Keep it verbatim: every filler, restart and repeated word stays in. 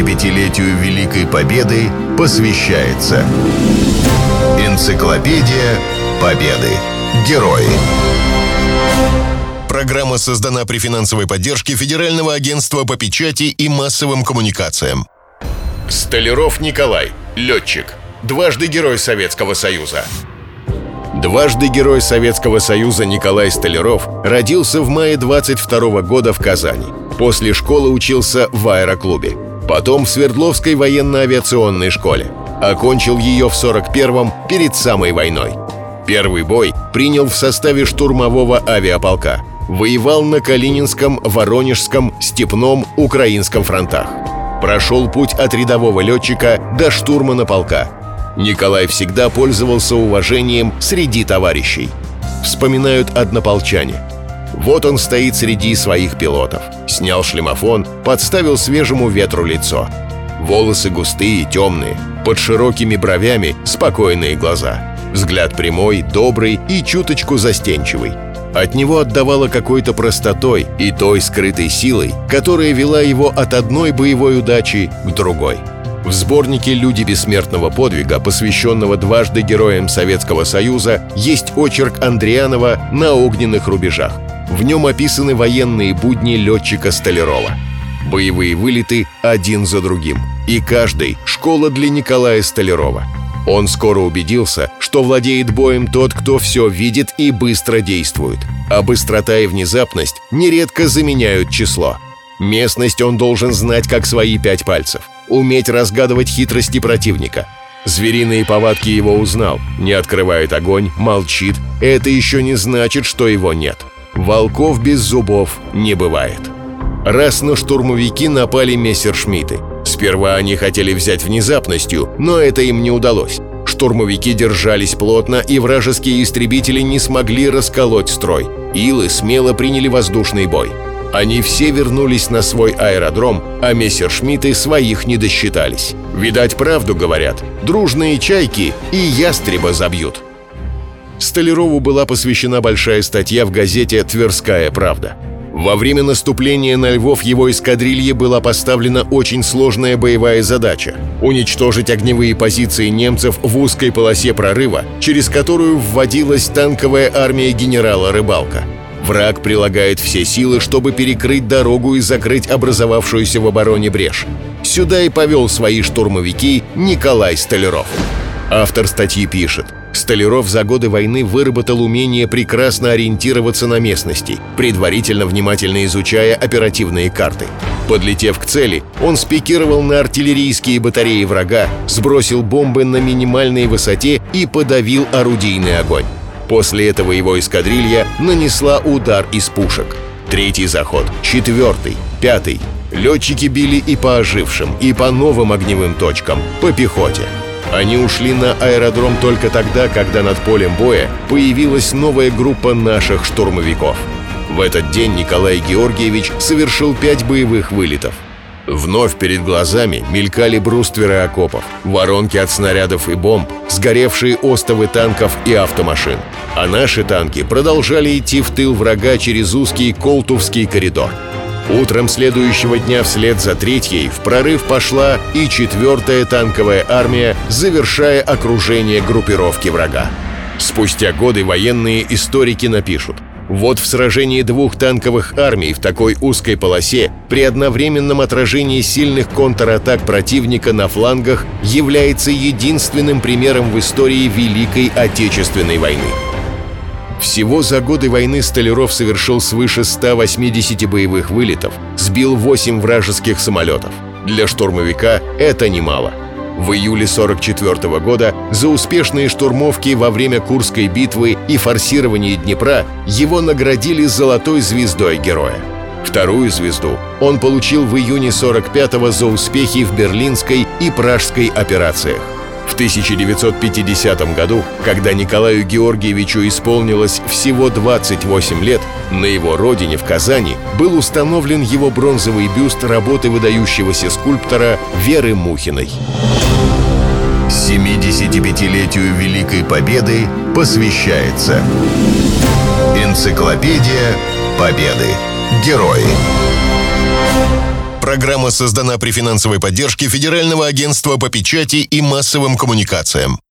семидесятипятилетию Великой Победы посвящается Энциклопедия Победы. Герои. Программа создана при финансовой поддержке Федерального агентства по печати и массовым коммуникациям. Столяров Николай, летчик, дважды Герой Советского Союза. Дважды Герой Советского Союза Николай Столяров родился в мае двадцать второго года в Казани. После школы учился в аэроклубе. Потом в Свердловской военно-авиационной школе. Окончил ее в сорок первом, перед самой войной. Первый бой принял в составе штурмового авиаполка. Воевал на Калининском, Воронежском, Степном, Украинском фронтах. Прошел путь от рядового летчика до штурмана полка. Николай всегда пользовался уважением среди товарищей. Вспоминают однополчане. Вот он стоит среди своих пилотов. Снял шлемофон, подставил свежему ветру лицо. Волосы густые, темные, под широкими бровями спокойные глаза. Взгляд прямой, добрый и чуточку застенчивый. От него отдавало какой-то простотой и той скрытой силой, которая вела его от одной боевой удачи к другой. В сборнике «Люди бессмертного подвига», посвященного дважды Героям Советского Союза, есть очерк Андрианова «На огненных рубежах». В нем описаны военные будни летчика Столярова. Боевые вылеты один за другим. И каждый — школа для Николая Столярова. Он скоро убедился, что владеет боем тот, кто все видит и быстро действует. А быстрота и внезапность нередко заменяют число. Местность он должен знать как свои пять пальцев. Уметь разгадывать хитрости противника. Звериные повадки его узнал. Не открывает огонь, молчит. Это еще не значит, что его нет. Волков без зубов не бывает. Раз на штурмовики напали мессершмитты. Сперва они хотели взять внезапностью, но это им не удалось. Штурмовики держались плотно, и вражеские истребители не смогли расколоть строй. Илы смело приняли воздушный бой. Они все вернулись на свой аэродром, а мессершмитты своих не досчитались. Видать, правду говорят. Дружные чайки и ястреба забьют. Столярову была посвящена большая статья в газете «Тверская правда». Во время наступления на Львов его эскадрилье была поставлена очень сложная боевая задача – уничтожить огневые позиции немцев в узкой полосе прорыва, через которую вводилась танковая армия генерала Рыбалка. Враг прилагает все силы, чтобы перекрыть дорогу и закрыть образовавшуюся в обороне брешь. Сюда и повел свои штурмовики Николай Столяров. Автор статьи пишет: Столяров за годы войны выработал умение прекрасно ориентироваться на местности, предварительно внимательно изучая оперативные карты. Подлетев к цели, он спикировал на артиллерийские батареи врага, сбросил бомбы на минимальной высоте и подавил орудийный огонь. После этого его эскадрилья нанесла удар из пушек. Третий заход, четвертый, пятый. Летчики били и по ожившим, и по новым огневым точкам, по пехоте. Они ушли на аэродром только тогда, когда над полем боя появилась новая группа наших штурмовиков. В этот день Николай Георгиевич совершил пять боевых вылетов. Вновь перед глазами мелькали брустверы окопов, воронки от снарядов и бомб, сгоревшие остовы танков и автомашин. А наши танки продолжали идти в тыл врага через узкий Колтовский коридор. Утром следующего дня вслед за третьей в прорыв пошла и четвертая танковая армия, завершая окружение группировки врага. Спустя годы военные историки напишут: вот в сражении двух танковых армий в такой узкой полосе при одновременном отражении сильных контратак противника на флангах является единственным примером в истории Великой Отечественной войны. Всего за годы войны Столяров совершил свыше ста восьмидесяти боевых вылетов, сбил восемь вражеских самолетов. Для штурмовика это немало. В июле сорок четвёртого года за успешные штурмовки во время Курской битвы и форсирование Днепра его наградили золотой звездой героя. Вторую звезду он получил в июне сорок пятого за успехи в Берлинской и Пражской операциях. В тысяча девятьсот пятидесятом году, когда Николаю Георгиевичу исполнилось всего двадцать восемь лет, на его родине, в Казани, был установлен его бронзовый бюст работы выдающегося скульптора Веры Мухиной. семидесятипятилетию Великой Победы посвящается Энциклопедия Победы. Герои. Программа создана при финансовой поддержке Федерального агентства по печати и массовым коммуникациям.